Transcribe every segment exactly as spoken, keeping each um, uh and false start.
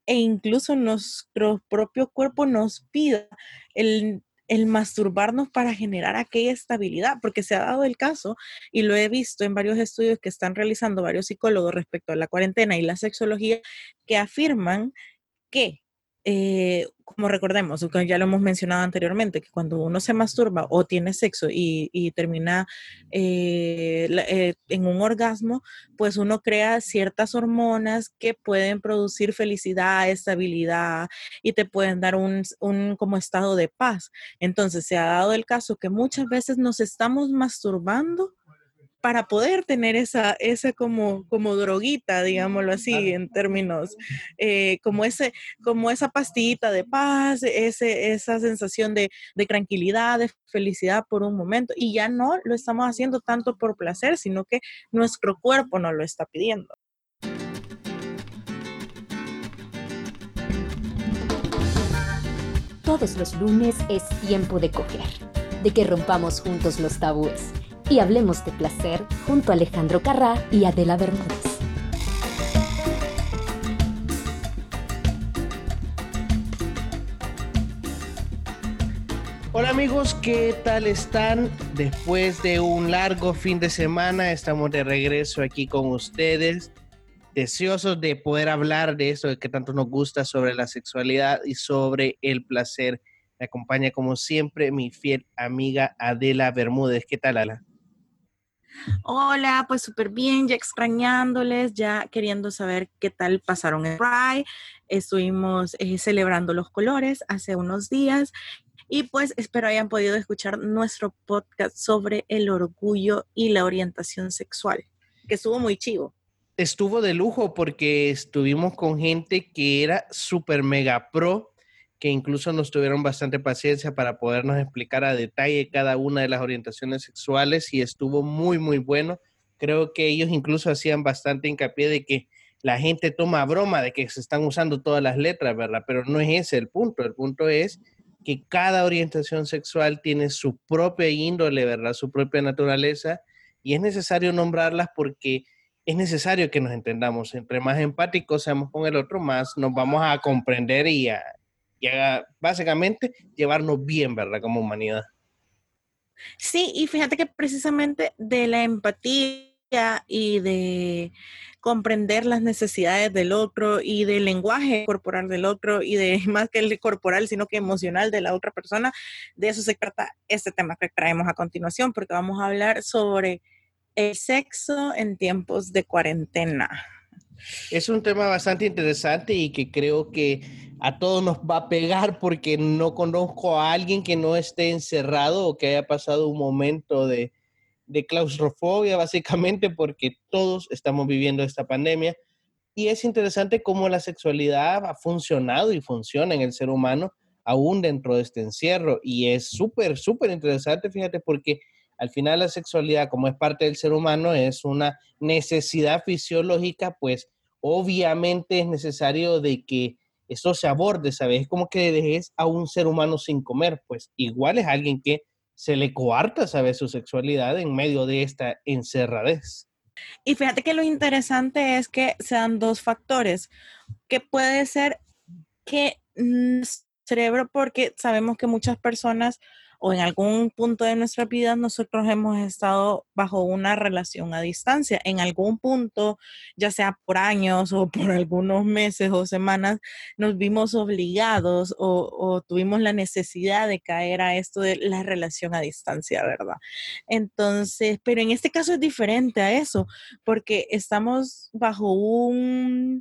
e incluso nuestro propio cuerpo nos pida el, el masturbarnos para generar aquella estabilidad, porque se ha dado el caso, y lo he visto en varios estudios que están realizando varios psicólogos respecto a la cuarentena y la sexología, que afirman que, eh, como recordemos, que ya lo hemos mencionado anteriormente, que cuando uno se masturba o tiene sexo y, y termina eh, la, eh, en un orgasmo, pues uno crea ciertas hormonas que pueden producir felicidad, estabilidad y te pueden dar un, un como estado de paz. Entonces se ha dado el caso que muchas veces nos estamos masturbando para poder tener esa, esa como, como droguita, digámoslo así, en términos, eh, como, ese, como esa pastillita de paz, ese, esa sensación de, de tranquilidad, de felicidad por un momento, y ya no lo estamos haciendo tanto por placer, sino que nuestro cuerpo nos lo está pidiendo. Todos los lunes es tiempo de coger, de que rompamos juntos los tabúes y hablemos de placer junto a Alejandro Carrá y Adela Bermúdez. Hola amigos, ¿qué tal están? Después de un largo fin de semana, estamos de regreso aquí con ustedes, deseosos de poder hablar de eso que tanto nos gusta sobre la sexualidad y sobre el placer. Me acompaña como siempre mi fiel amiga Adela Bermúdez. ¿Qué tal, Ala? Hola, pues súper bien, ya extrañándoles, ya queriendo saber qué tal pasaron el Pride. Estuvimos eh, celebrando los colores hace unos días y pues espero hayan podido escuchar nuestro podcast sobre el orgullo y la orientación sexual, que estuvo muy chivo. Estuvo de lujo porque estuvimos con gente que era súper mega pro, que incluso nos tuvieron bastante paciencia para podernos explicar a detalle cada una de las orientaciones sexuales y estuvo muy, muy bueno. Creo que ellos incluso hacían bastante hincapié de que la gente toma broma de que se están usando todas las letras, ¿verdad? Pero no es ese el punto. El punto es que cada orientación sexual tiene su propia índole, ¿verdad? Su propia naturaleza y es necesario nombrarlas porque es necesario que nos entendamos. Entre más empáticos seamos con el otro, más nos vamos a comprender y a, y a básicamente llevarnos bien, ¿verdad? Como humanidad. Sí, y fíjate que precisamente de la empatía y de comprender las necesidades del otro y del lenguaje corporal del otro y de más que el corporal, sino que emocional de la otra persona, de eso se trata este tema que traemos a continuación, porque vamos a hablar sobre el sexo en tiempos de cuarentena. Es un tema bastante interesante y que creo que a todos nos va a pegar porque no conozco a alguien que no esté encerrado o que haya pasado un momento de, de claustrofobia, básicamente porque todos estamos viviendo esta pandemia. Y es interesante cómo la sexualidad ha funcionado y funciona en el ser humano aún dentro de este encierro. Y es súper, súper interesante, fíjate, porque al final la sexualidad, como es parte del ser humano, es una necesidad fisiológica, pues obviamente es necesario de que esto se aborde, ¿sabes? Es como que dejes a un ser humano sin comer, pues igual es alguien que se le coarta, ¿sabes? Su sexualidad en medio de esta encerradez. Y fíjate que lo interesante es que se dan dos factores, que puede ser que mm, cerebro, porque sabemos que muchas personas o en algún punto de nuestra vida nosotros hemos estado bajo una relación a distancia. En algún punto, ya sea por años o por algunos meses o semanas, nos vimos obligados o, o tuvimos la necesidad de caer a esto de la relación a distancia, ¿verdad? Entonces, pero en este caso es diferente a eso, porque estamos bajo un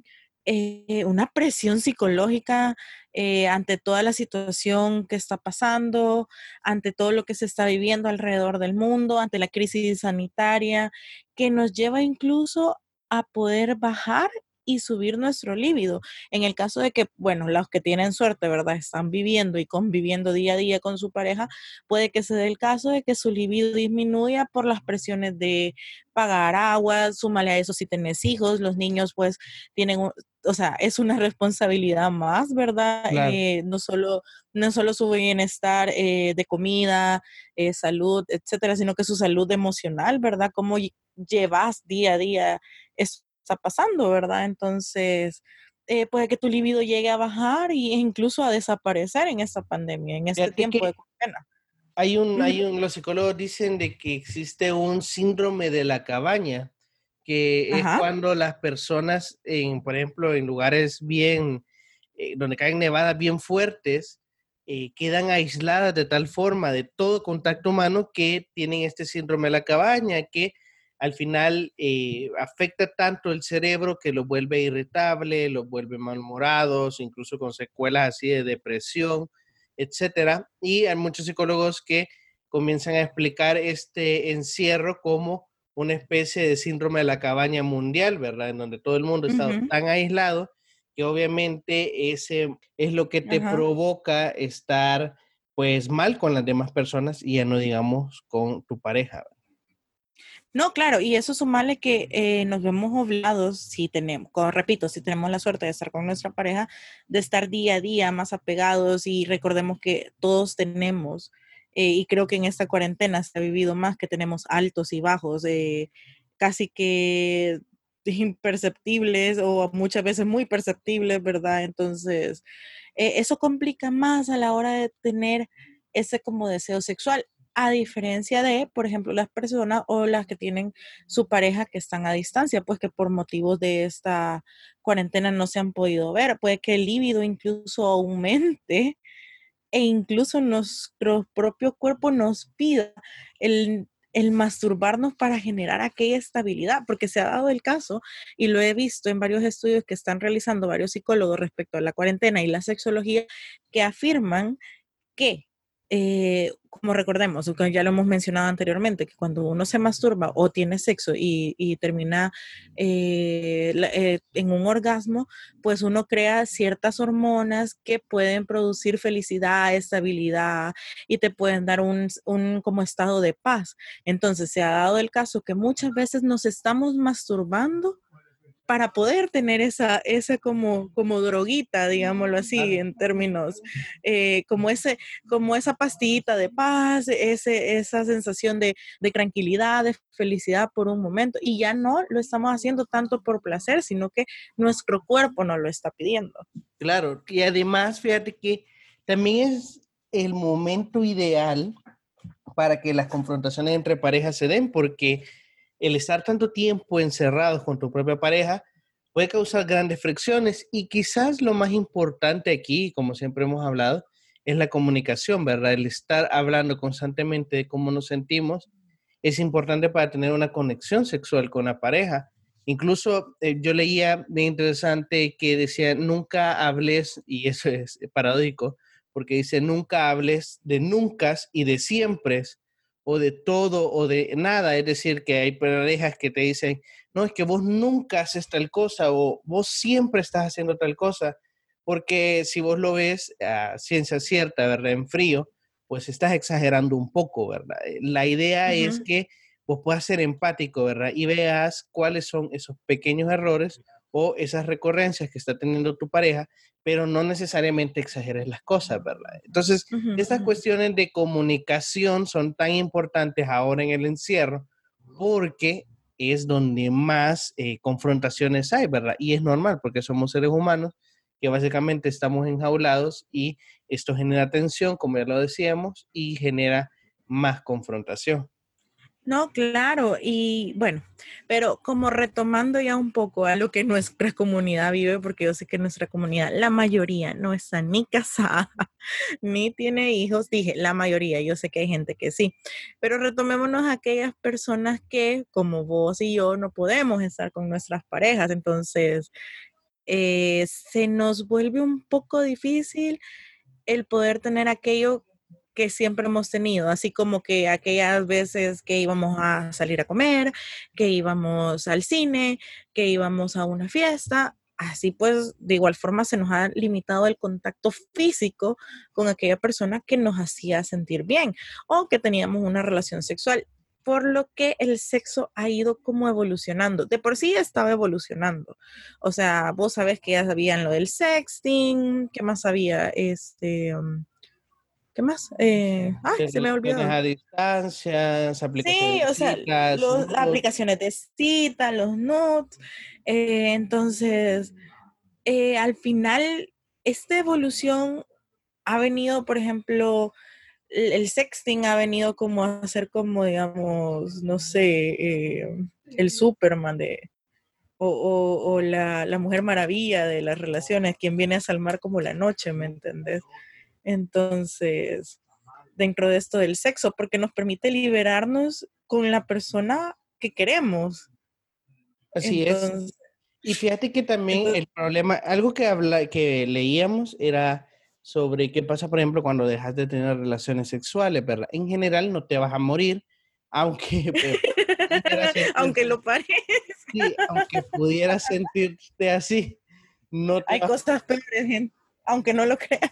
eh, una presión psicológica eh, ante toda la situación que está pasando, ante todo lo que se está viviendo alrededor del mundo, ante la crisis sanitaria, que nos lleva incluso a poder bajar y subir nuestro líbido. En el caso de que, bueno, los que tienen suerte, ¿verdad? Están viviendo y conviviendo día a día con su pareja, puede que se dé el caso de que su libido disminuya por las presiones de pagar agua, súmale a eso si tenés hijos, los niños pues tienen, o sea, es una responsabilidad más, ¿verdad? Claro. Eh, no solo, no solo su bienestar eh, de comida, eh, salud, etcétera, sino que su salud emocional, ¿verdad? Cómo llevas día a día esto está pasando, ¿verdad? Entonces, eh, puede que tu libido llegue a bajar e incluso a desaparecer en esta pandemia, en este Fíjate tiempo de que cuarentena. hay un, Ujú. hay un, los psicólogos dicen de que existe un síndrome de la cabaña, que es Ajá. cuando las personas, en, por ejemplo, en lugares bien, eh, donde caen nevadas bien fuertes, eh, quedan aisladas de tal forma de todo contacto humano que tienen este síndrome de la cabaña, que al final eh, afecta tanto el cerebro que los vuelve irritable, los vuelve malhumorados, incluso con secuelas así de depresión, etcétera. Y hay muchos psicólogos que comienzan a explicar este encierro como una especie de síndrome de la cabaña mundial, ¿verdad? En donde todo el mundo está Ujú. tan aislado que obviamente ese es lo que te Ajá. provoca estar pues mal con las demás personas y ya no digamos con tu pareja. No, claro, y eso sumarle que eh, nos vemos obligados, si tenemos, como repito, si tenemos la suerte de estar con nuestra pareja, de estar día a día más apegados y recordemos que todos tenemos, eh, y creo que en esta cuarentena se ha vivido más que tenemos altos y bajos, eh, casi que imperceptibles o muchas veces muy perceptibles, ¿verdad? Entonces, eh, eso complica más a la hora de tener ese como deseo sexual. A diferencia de, por ejemplo, las personas o las que tienen su pareja que están a distancia, pues que por motivos de esta cuarentena no se han podido ver. Puede que el líbido incluso aumente e incluso nuestro propio cuerpo nos pida el, el masturbarnos para generar aquella estabilidad, porque se ha dado el caso, y lo he visto en varios estudios que están realizando varios psicólogos respecto a la cuarentena y la sexología, que afirman que, eh, como recordemos, que ya lo hemos mencionado anteriormente, que cuando uno se masturba o tiene sexo y, y termina eh, la, eh, en un orgasmo, pues uno crea ciertas hormonas que pueden producir felicidad, estabilidad y te pueden dar un, un como estado de paz. Entonces se ha dado el caso que muchas veces nos estamos masturbando para poder tener esa, esa como, como droguita, digámoslo así, en términos, eh, como, ese, como esa pastillita de paz, ese, esa sensación de, de tranquilidad, de felicidad por un momento, y ya no lo estamos haciendo tanto por placer, sino que nuestro cuerpo nos lo está pidiendo. Claro, y además, fíjate que también es el momento ideal para que las confrontaciones entre parejas se den, porque el estar tanto tiempo encerrados con tu propia pareja puede causar grandes fricciones y quizás lo más importante aquí, como siempre hemos hablado, es la comunicación, ¿verdad? El estar hablando constantemente de cómo nos sentimos es importante para tener una conexión sexual con la pareja. Incluso eh, yo leía de interesante que decía, nunca hables, y eso es paradójico, porque dice, nunca hables de nunca y de siempre, o de todo o de nada. Es decir, que hay parejas que te dicen, no, es que vos nunca haces tal cosa o vos siempre estás haciendo tal cosa, porque si vos lo ves a ciencia cierta, ¿verdad? En frío, pues estás exagerando un poco, ¿verdad? La idea es Ujú. que vos puedas ser empático, ¿verdad? Y veas cuáles son esos pequeños errores o esas recurrencias que está teniendo tu pareja, pero no necesariamente exageres las cosas, ¿verdad? Entonces, Ujú. estas cuestiones de comunicación son tan importantes ahora en el encierro porque es donde más eh, confrontaciones hay, ¿verdad? Y es normal porque somos seres humanos que básicamente estamos enjaulados y esto genera tensión, como ya lo decíamos, y genera más confrontación. No, claro, y bueno, pero como retomando ya un poco a lo que nuestra comunidad vive, porque yo sé que nuestra comunidad, la mayoría no está ni casada, ni tiene hijos, dije, la mayoría, yo sé que hay gente que sí, pero retomémonos a aquellas personas que, como vos y yo, no podemos estar con nuestras parejas, entonces eh, se nos vuelve un poco difícil el poder tener aquello que siempre hemos tenido, así como que aquellas veces que íbamos a salir a comer, que íbamos al cine, que íbamos a una fiesta, así pues de igual forma se nos ha limitado el contacto físico con aquella persona que nos hacía sentir bien o que teníamos una relación sexual, por lo que el sexo ha ido como evolucionando. De por sí estaba evolucionando. O sea, vos sabés que ya sabían lo del sexting, ¿qué más sabía? Este, um, ¿qué más? Eh, ay, De se me ha relaciones olvidado. a distancias, aplicaciones Sí, de o sea, citas, los, las nudes. aplicaciones de cita, los nudes. Eh, entonces, eh, al final, esta evolución ha venido, por ejemplo, el, el sexting ha venido como a ser como, digamos, no sé, eh, el Superman de, o, o, o la, la, Mujer Maravilla de las relaciones, quien viene a salvar como la noche, ¿me entendés? Entonces, dentro de esto del sexo, porque nos permite liberarnos con la persona que queremos. Así es. Entonces, Y fíjate que también entonces el problema, algo que habla, que leíamos era sobre qué pasa, por ejemplo, cuando dejas de tener relaciones sexuales, ¿verdad? En general no te vas a morir, aunque pues, pudiera aunque sentirse, lo parezca, sí, aunque pudiera sentirte así, no te hay vas. cosas peores, gente, aunque no lo creas.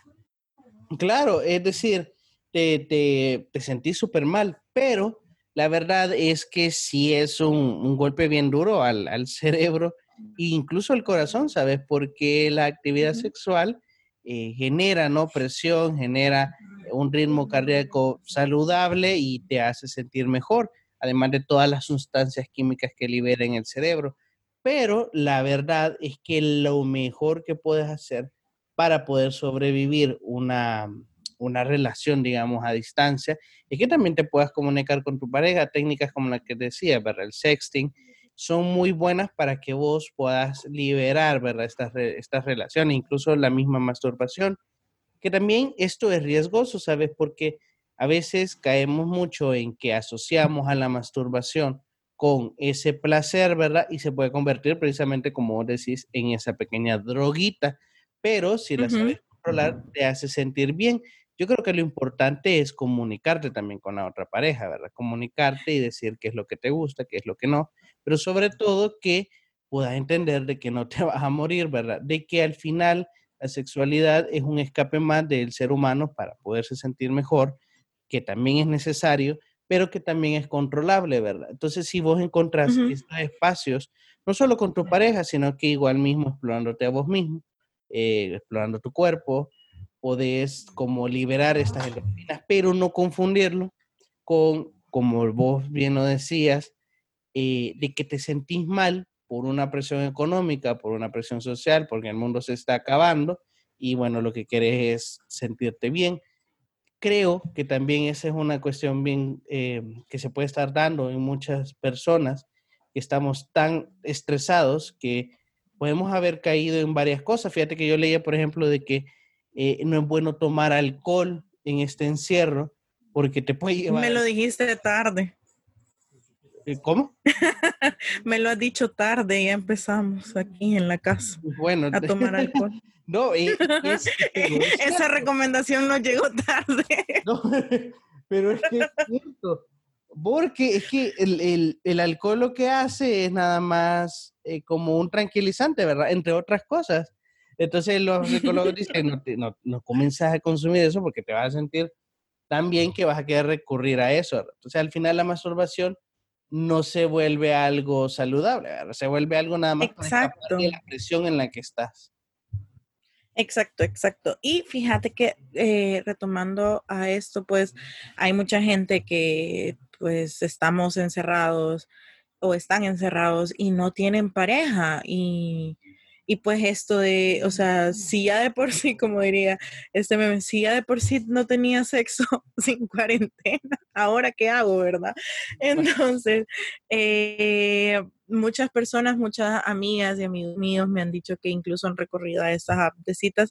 Claro, es decir, te, te, te sentís súper mal, pero la verdad es que sí es un, un golpe bien duro al, al cerebro e incluso al corazón, ¿sabes? Porque la actividad Uh-huh. sexual eh, genera, ¿no? Presión, genera un ritmo cardíaco saludable y te hace sentir mejor, además de todas las sustancias químicas que libera en el cerebro. Pero la verdad es que lo mejor que puedes hacer para poder sobrevivir una, una relación, digamos, a distancia, es que también te puedas comunicar con tu pareja. Técnicas como la que decía, ¿verdad? El sexting, son muy buenas para que vos puedas liberar, ¿verdad? Estas, re, estas relaciones, incluso la misma masturbación, que también esto es riesgoso, ¿sabes? Porque a veces caemos mucho en que asociamos a la masturbación con ese placer, ¿verdad? Y se puede convertir precisamente, como vos decís, en esa pequeña droguita, pero si la Uh-huh. sabes controlar, te hace sentir bien. Yo creo que lo importante es comunicarte también con la otra pareja, ¿verdad? Comunicarte y decir qué es lo que te gusta, qué es lo que no, pero sobre todo que puedas entender de que no te vas a morir, ¿verdad? De que al final la sexualidad es un escape más del ser humano para poderse sentir mejor, que también es necesario, pero que también es controlable, ¿verdad? Entonces, si vos encontrás Uh-huh. estos espacios, no solo con tu pareja, sino que igual mismo explorándote a vos mismo, eh, explorando tu cuerpo, podés como liberar estas endorfinas, pero no confundirlo con, como vos bien lo decías, eh, de que te sentís mal por una presión económica, por una presión social, porque el mundo se está acabando y bueno, lo que querés es sentirte bien. Creo que también esa es una cuestión bien eh, que se puede estar dando en muchas personas, que estamos tan estresados que podemos haber caído en varias cosas. Fíjate que yo leía, por ejemplo, de que eh, no es bueno tomar alcohol en este encierro porque te puede llevar Me al... lo dijiste tarde. ¿Cómo? Me lo has dicho tarde, ya empezamos aquí en la casa Bueno, a tomar alcohol. no, y, y es, pero es Esa cierto, recomendación nos llegó tarde. no, pero es que es cierto, porque es que el, el, el alcohol lo que hace es nada más eh, como un tranquilizante, ¿verdad? Entre otras cosas. Entonces los psicólogos dicen, no, te, no, no comienzas a consumir eso porque te vas a sentir tan bien que vas a querer recurrir a eso. Entonces al final la masturbación no se vuelve algo saludable, ¿verdad? Se vuelve algo nada más para escapar Exacto. de la presión en la que estás. Exacto, exacto. Y fíjate que eh, retomando a esto, pues hay mucha gente que pues estamos encerrados o están encerrados y no tienen pareja y, y pues esto de, o sea, si ya de por sí, como diría este meme, si ya de por sí no tenía sexo sin cuarentena, ahora qué hago, ¿verdad? Entonces, eh, muchas personas, muchas amigas y amigos míos me han dicho que incluso han recorrido a estas apps de citas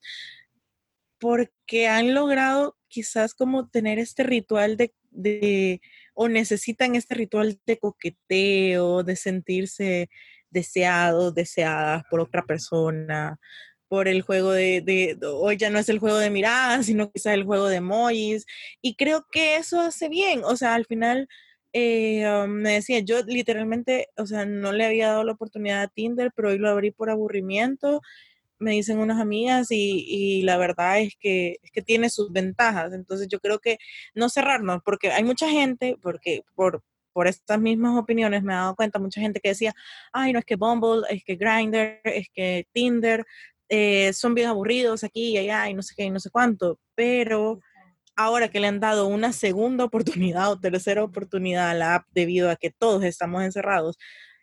porque han logrado quizás como tener este ritual de, de, o necesitan este ritual de coqueteo, de sentirse deseados, deseadas por otra persona, por el juego de, de, de, hoy ya no es el juego de miradas, sino quizás el juego de emojis, y creo que eso hace bien, o sea, al final eh, um, me decía, yo literalmente, o sea, no le había dado la oportunidad a Tinder, pero hoy lo abrí por aburrimiento, me dicen unas amigas y, y la verdad es que, es que tiene sus ventajas. Entonces yo creo que no cerrarnos, porque hay mucha gente, porque por, por estas mismas opiniones me he dado cuenta, mucha gente que decía, ay, no es que Bumble, es que Grindr, es que Tinder, eh, son bien aburridos aquí y allá y no sé qué y no sé cuánto, pero ahora que le han dado una segunda oportunidad o tercera oportunidad a la app debido a que todos estamos encerrados,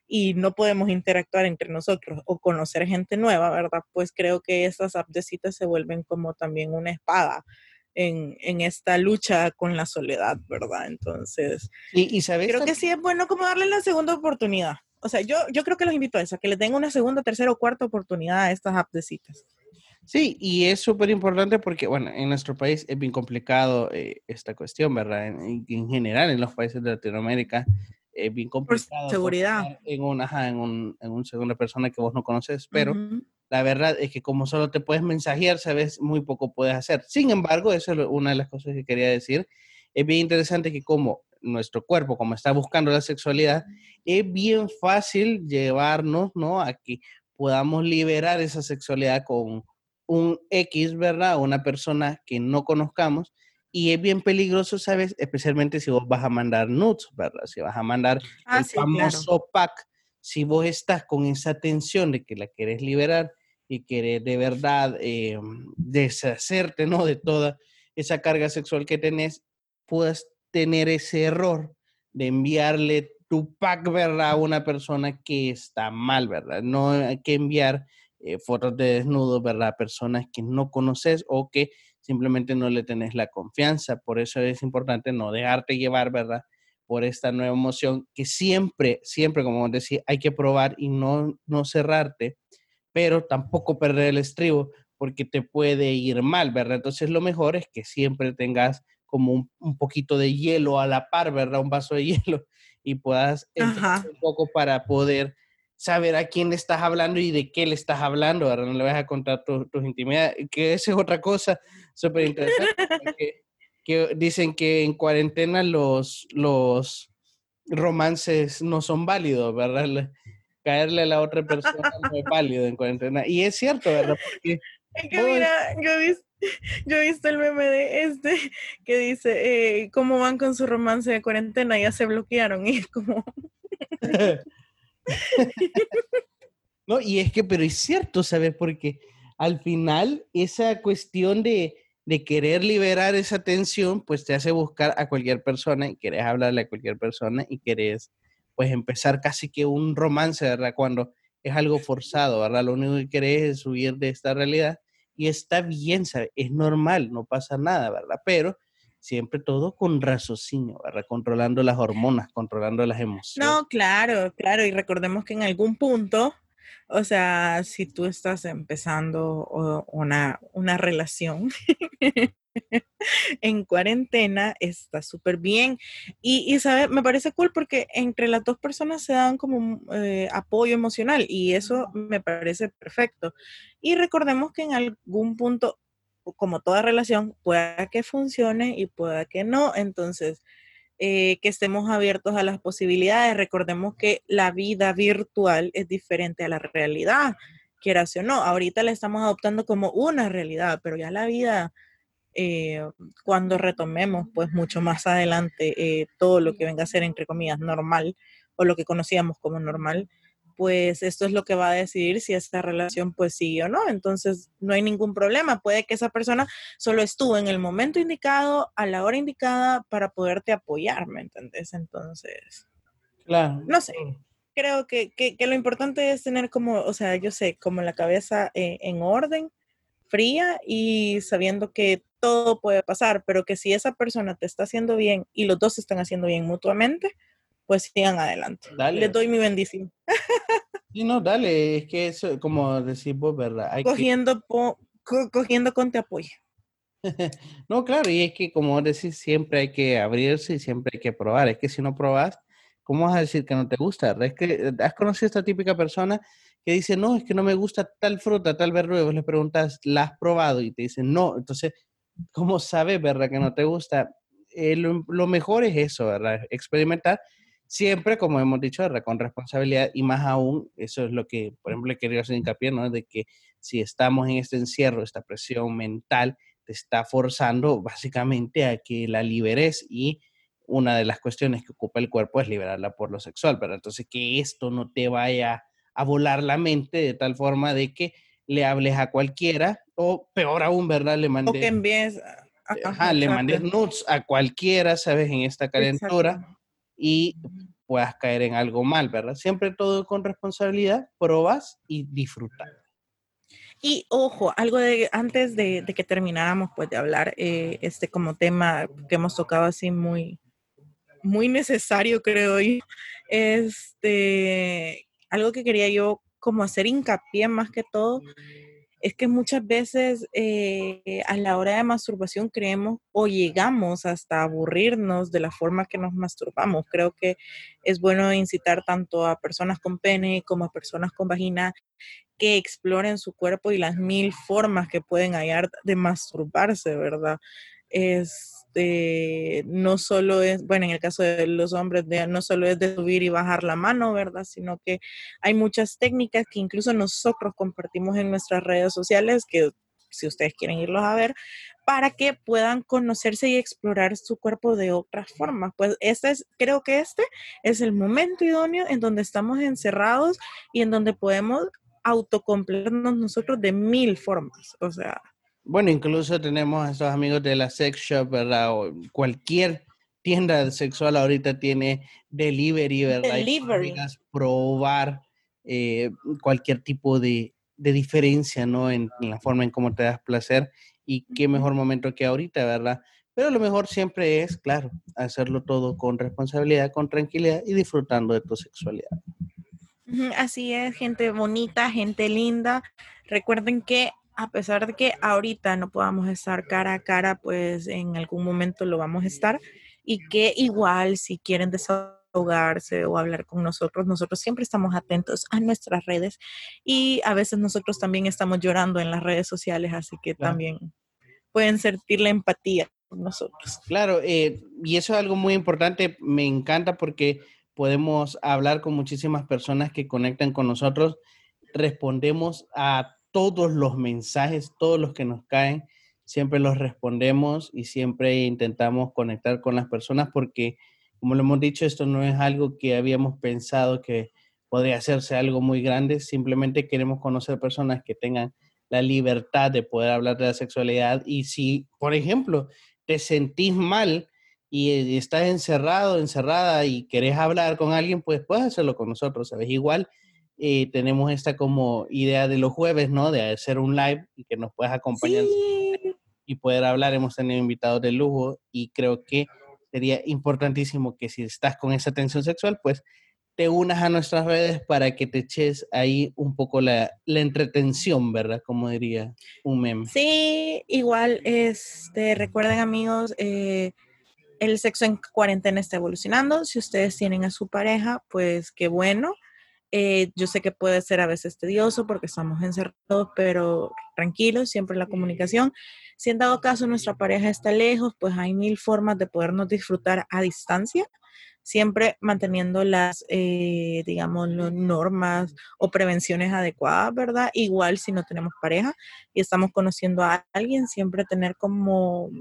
y no podemos interactuar entre nosotros o conocer gente nueva, ¿verdad? Pues creo que estas apps de citas se vuelven como también una espada en, en esta lucha con la soledad, ¿verdad? Entonces, Sí, y sabes creo que también. sí es bueno como darle la segunda oportunidad. O sea, yo, yo creo que los invito a eso, a que le den una segunda, tercera o cuarta oportunidad a estas apps de citas. Sí, y es súper importante porque, bueno, en nuestro país es bien complicado eh, esta cuestión, ¿verdad? En, en general, en los países de Latinoamérica, es bien Por complicado seguridad. confiar en una, ajá, en un, en un segunda persona que vos no conoces, pero Uh-huh. la verdad es que como solo te puedes mensajear, sabes, muy poco puedes hacer. Sin embargo, eso es una de las cosas que quería decir. Es bien interesante que como nuestro cuerpo, como está buscando la sexualidad, es bien fácil llevarnos, ¿no? A que podamos liberar esa sexualidad con un X, ¿verdad? Una persona que no conozcamos. Y es bien peligroso, ¿sabes? Especialmente si vos vas a mandar nudes, ¿verdad? Si vas a mandar Ah, el sí, claro. famoso pack, si vos estás con esa tensión de que la querés liberar y querés de verdad eh, deshacerte, ¿no? De toda esa carga sexual que tenés, puedes tener ese error de enviarle tu pack, ¿verdad? A una persona que está mal, ¿verdad? No hay que enviar eh, fotos de desnudos, ¿verdad? Personas que no conoces o que simplemente no le tenés la confianza. Por eso es importante no dejarte llevar, ¿verdad? Por esta nueva emoción que siempre, siempre, como decía, hay que probar y no, no cerrarte, pero tampoco perder el estribo porque te puede ir mal, ¿verdad? Entonces lo mejor es que siempre tengas como un, un poquito de hielo a la par, ¿verdad? Un vaso de hielo y puedas entrar Ajá. un poco para poder saber a quién le estás hablando y de qué le estás hablando, ¿verdad? No le vas a contar tu, tus intimidades, que esa es otra cosa súper interesante, porque que dicen que en cuarentena los, los romances no son válidos, ¿verdad? Le- caerle a la otra persona no es válido en cuarentena. Y es cierto, ¿verdad? Porque Es que todo es... mira, yo he visto, yo he visto el meme de este que dice, eh, ¿cómo van con su romance de cuarentena? Ya se bloquearon y es como... No, y es que, pero es cierto, ¿sabes? Porque al final esa cuestión de, de querer liberar esa tensión, pues te hace buscar a cualquier persona y querés hablarle a cualquier persona y querés, pues, empezar casi que un romance, ¿verdad? Cuando es algo forzado, ¿verdad? Lo único que querés es huir de esta realidad y está bien, ¿sabes? Es normal, no pasa nada, ¿verdad? Pero siempre todo con raciocinio, ¿verdad? Controlando las hormonas, controlando las emociones. No, claro, claro, y recordemos que en algún punto, o sea, si tú estás empezando o- una, una relación en cuarentena, está súper bien. Y, y, ¿sabe? Me parece cool porque entre las dos personas se dan como eh, apoyo emocional y eso me parece perfecto. Y recordemos que en algún punto, como toda relación, pueda que funcione y pueda que no. Entonces, eh, que estemos abiertos a las posibilidades. Recordemos que la vida virtual es diferente a la realidad, quieras o no. Ahorita la estamos adoptando como una realidad, pero ya la vida, eh, cuando retomemos, pues mucho más adelante, eh, todo lo que venga a ser, entre comillas, normal, o lo que conocíamos como normal, pues esto es lo que va a decidir si esta relación pues sigue o no. Entonces no hay ningún problema. Puede que esa persona solo estuvo en el momento indicado, a la hora indicada para poderte apoyar, ¿me entendés? Entonces, Claro. no sé. Creo que, que, que lo importante es tener como, o sea, yo sé, como la cabeza eh, en orden, fría y sabiendo que todo puede pasar, pero que si esa persona te está haciendo bien y los dos se están haciendo bien mutuamente, pues sigan adelante. Les Dale. doy mi bendición. Sí, no, dale, es que eso, como decimos, ¿verdad? Hay que, Cogiendo, po, co, cogiendo con te apoyo. no, claro, y es que como decís, siempre hay que abrirse y siempre hay que probar. Es que si no probas, ¿cómo vas a decir que no te gusta? Es que eh, has conocido a esta típica persona que dice, no, es que no me gusta tal fruta, tal verdura, y vos le preguntas, ¿la has probado? Y te dicen, no. Entonces, ¿cómo sabes, verdad, que no te gusta? Eh, lo, lo mejor es eso, ¿verdad? Experimentar siempre, como hemos dicho, ¿verdad? Con responsabilidad y más aún, eso es lo que, por ejemplo, he querido hacer hincapié, ¿no? De que si estamos en este encierro, esta presión mental, te está forzando básicamente a que la liberes y una de las cuestiones que ocupa el cuerpo es liberarla por lo sexual, pero entonces que esto no te vaya a volar la mente de tal forma de que le hables a cualquiera o peor aún, ¿verdad? Le O que mandes, envíes, ajá, ajá, le exacto, mandes nudes a cualquiera, ¿sabes? En esta exacto. calentura y puedas caer en algo mal, ¿verdad? Siempre todo con responsabilidad, probas y disfrutar. Y ojo, algo de antes de, de que termináramos pues de hablar, eh, este como tema que hemos tocado así muy, muy necesario, creo yo, este, algo que quería yo como hacer hincapié más que todo, es que muchas veces eh, a la hora de masturbación creemos o llegamos hasta aburrirnos de la forma que nos masturbamos. Creo que es bueno incitar tanto a personas con pene como a personas con vagina que exploren su cuerpo y las mil formas que pueden hallar de masturbarse, ¿verdad? Este, no solo es, bueno, en el caso de los hombres, de, no solo es de subir y bajar la mano, ¿verdad? Sino que hay muchas técnicas que incluso nosotros compartimos en nuestras redes sociales, que si ustedes quieren irlos a ver, para que puedan conocerse y explorar su cuerpo de otras formas. Pues este es, creo que este es el momento idóneo en donde estamos encerrados y en donde podemos autocompletarnos nosotros de mil formas, o sea. Bueno, incluso tenemos a estos amigos de la sex shop, ¿verdad? O cualquier tienda sexual ahorita tiene delivery, ¿verdad? Y Delivery. puedes probar eh, cualquier tipo de, de diferencia, ¿no? En, en la forma en cómo te das placer y qué mejor momento que ahorita, ¿verdad? Pero lo mejor siempre es, claro, hacerlo todo con responsabilidad, con tranquilidad y disfrutando de tu sexualidad. Así es, gente bonita, gente linda. Recuerden que a pesar de que ahorita no podamos estar cara a cara, pues en algún momento lo vamos a estar y que igual si quieren desahogarse o hablar con nosotros, nosotros siempre estamos atentos a nuestras redes y a veces nosotros también estamos llorando en las redes sociales, así que Claro. también pueden sentir la empatía con nosotros. Claro, eh, y eso es algo muy importante, me encanta porque podemos hablar con muchísimas personas que conectan con nosotros, respondemos a todos los mensajes, todos los que nos caen, siempre los respondemos y siempre intentamos conectar con las personas porque, como lo hemos dicho, esto no es algo que habíamos pensado que podría hacerse algo muy grande, simplemente queremos conocer personas que tengan la libertad de poder hablar de la sexualidad y si, por ejemplo, te sentís mal y estás encerrado, encerrada y querés hablar con alguien, pues puedes hacerlo con nosotros, ¿sabes? Igual eh, tenemos esta como idea de los jueves, ¿no? De hacer un live y que nos puedas acompañar Sí. y poder hablar. Hemos tenido invitados de lujo y creo que sería importantísimo que si estás con esa tensión sexual, pues te unas a nuestras redes para que te eches ahí un poco la, la entretención, ¿verdad? Como diría un meme. Sí, igual, este, recuerden amigos, eh, el sexo en cuarentena está evolucionando. Si ustedes tienen a su pareja, pues qué bueno. Eh, yo sé que puede ser a veces tedioso porque estamos encerrados, pero tranquilos, siempre la comunicación. Si en dado caso nuestra pareja está lejos, pues hay mil formas de podernos disfrutar a distancia, siempre manteniendo las, eh, digamos, las normas o prevenciones adecuadas, ¿verdad? Igual si no tenemos pareja y estamos conociendo a alguien, siempre tener como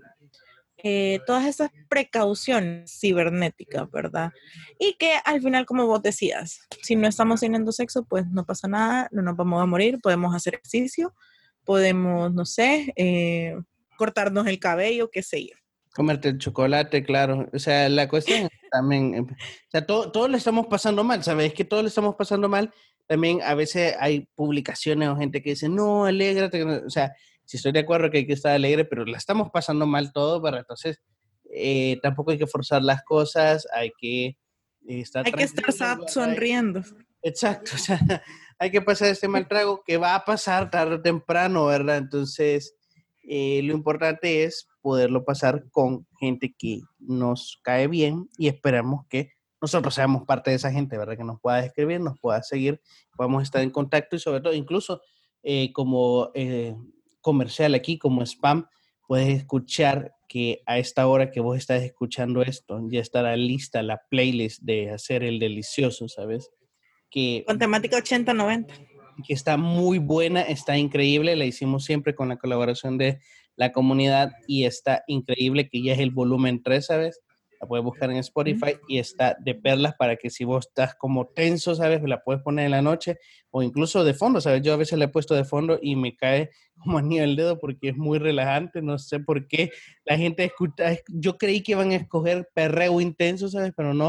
eh, todas esas precauciones cibernéticas, ¿verdad? Y que al final, como vos decías, si no estamos teniendo sexo, pues no pasa nada, no nos vamos a morir, podemos hacer ejercicio, podemos, no sé, eh, cortarnos el cabello, qué sé yo. Comerte el chocolate, claro. O sea, la cuestión es también, eh, o sea, todo, todo le estamos pasando mal, ¿sabes? Es que todo le estamos pasando mal. También a veces hay publicaciones o gente que dice, no, alégrate. O sea, si estoy de acuerdo que hay que estar alegre, pero la estamos pasando mal todo, para entonces eh, tampoco hay que forzar las cosas, hay que eh, estar Hay que estar tranquilos, sad ¿verdad? sonriendo. Exacto, o sea, hay que pasar este mal trago que va a pasar tarde o temprano, ¿verdad? Entonces, eh, lo importante es poderlo pasar con gente que nos cae bien y esperamos que nosotros seamos parte de esa gente, ¿verdad? Que nos pueda escribir, nos pueda seguir, podamos estar en contacto y sobre todo, incluso eh, como eh, comercial aquí, como spam, puedes escuchar que a esta hora que vos estás escuchando esto, ya estará lista la playlist de hacer el delicioso, ¿sabes? Que, Con temática ochenta noventa. que está muy buena, está increíble, la hicimos siempre con la colaboración de la comunidad y está increíble que ya es el volumen tres, ¿sabes? La puedes buscar en Spotify y está de perlas para que si vos estás como tenso, ¿sabes? La puedes poner en la noche o incluso de fondo, ¿sabes? Yo a veces la he puesto de fondo y me cae como anillo el dedo porque es muy relajante, no sé por qué la gente escucha, yo creí que iban a escoger perreo intenso, ¿sabes? Pero no,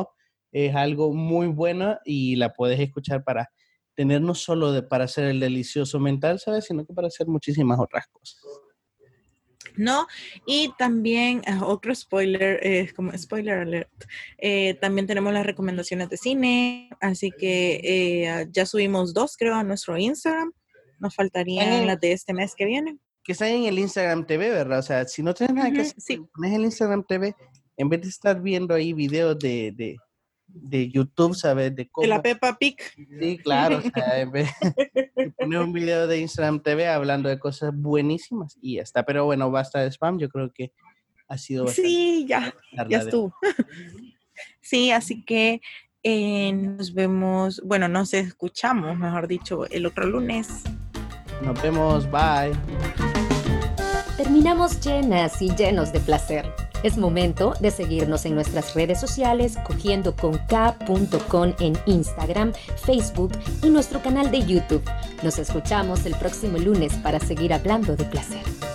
es algo muy bueno y la puedes escuchar para tener no solo de, para hacer el delicioso mental, ¿sabes? Sino que para hacer muchísimas otras cosas. ¿No? Y también, uh, otro spoiler, eh, como spoiler alert, eh, también tenemos las recomendaciones de cine, así que eh, ya subimos dos, creo, a nuestro Instagram. Nos faltarían en, las de este mes que viene. Que están en el Instagram T V, ¿verdad? O sea, si no tienes nada uh-huh, que hacer, sí. Pones el Instagram T V, en vez de estar viendo ahí videos de, de, de YouTube, ¿sabes? De, cómo... de la Peppa Pig. Sí, claro. O sea, en vez de poner un video de Instagram T V hablando de cosas buenísimas y ya está. Pero bueno, basta de spam. Yo creo que ha sido bastante. Sí, ya, ya estuvo. Sí, así que eh, nos vemos, bueno, nos escuchamos, mejor dicho, el otro lunes. Nos vemos, bye. Terminamos llenas y llenos de placer. Es momento de seguirnos en nuestras redes sociales cogiendo con k punto com en Instagram, Facebook y nuestro canal de YouTube. Nos escuchamos el próximo lunes para seguir hablando de placer.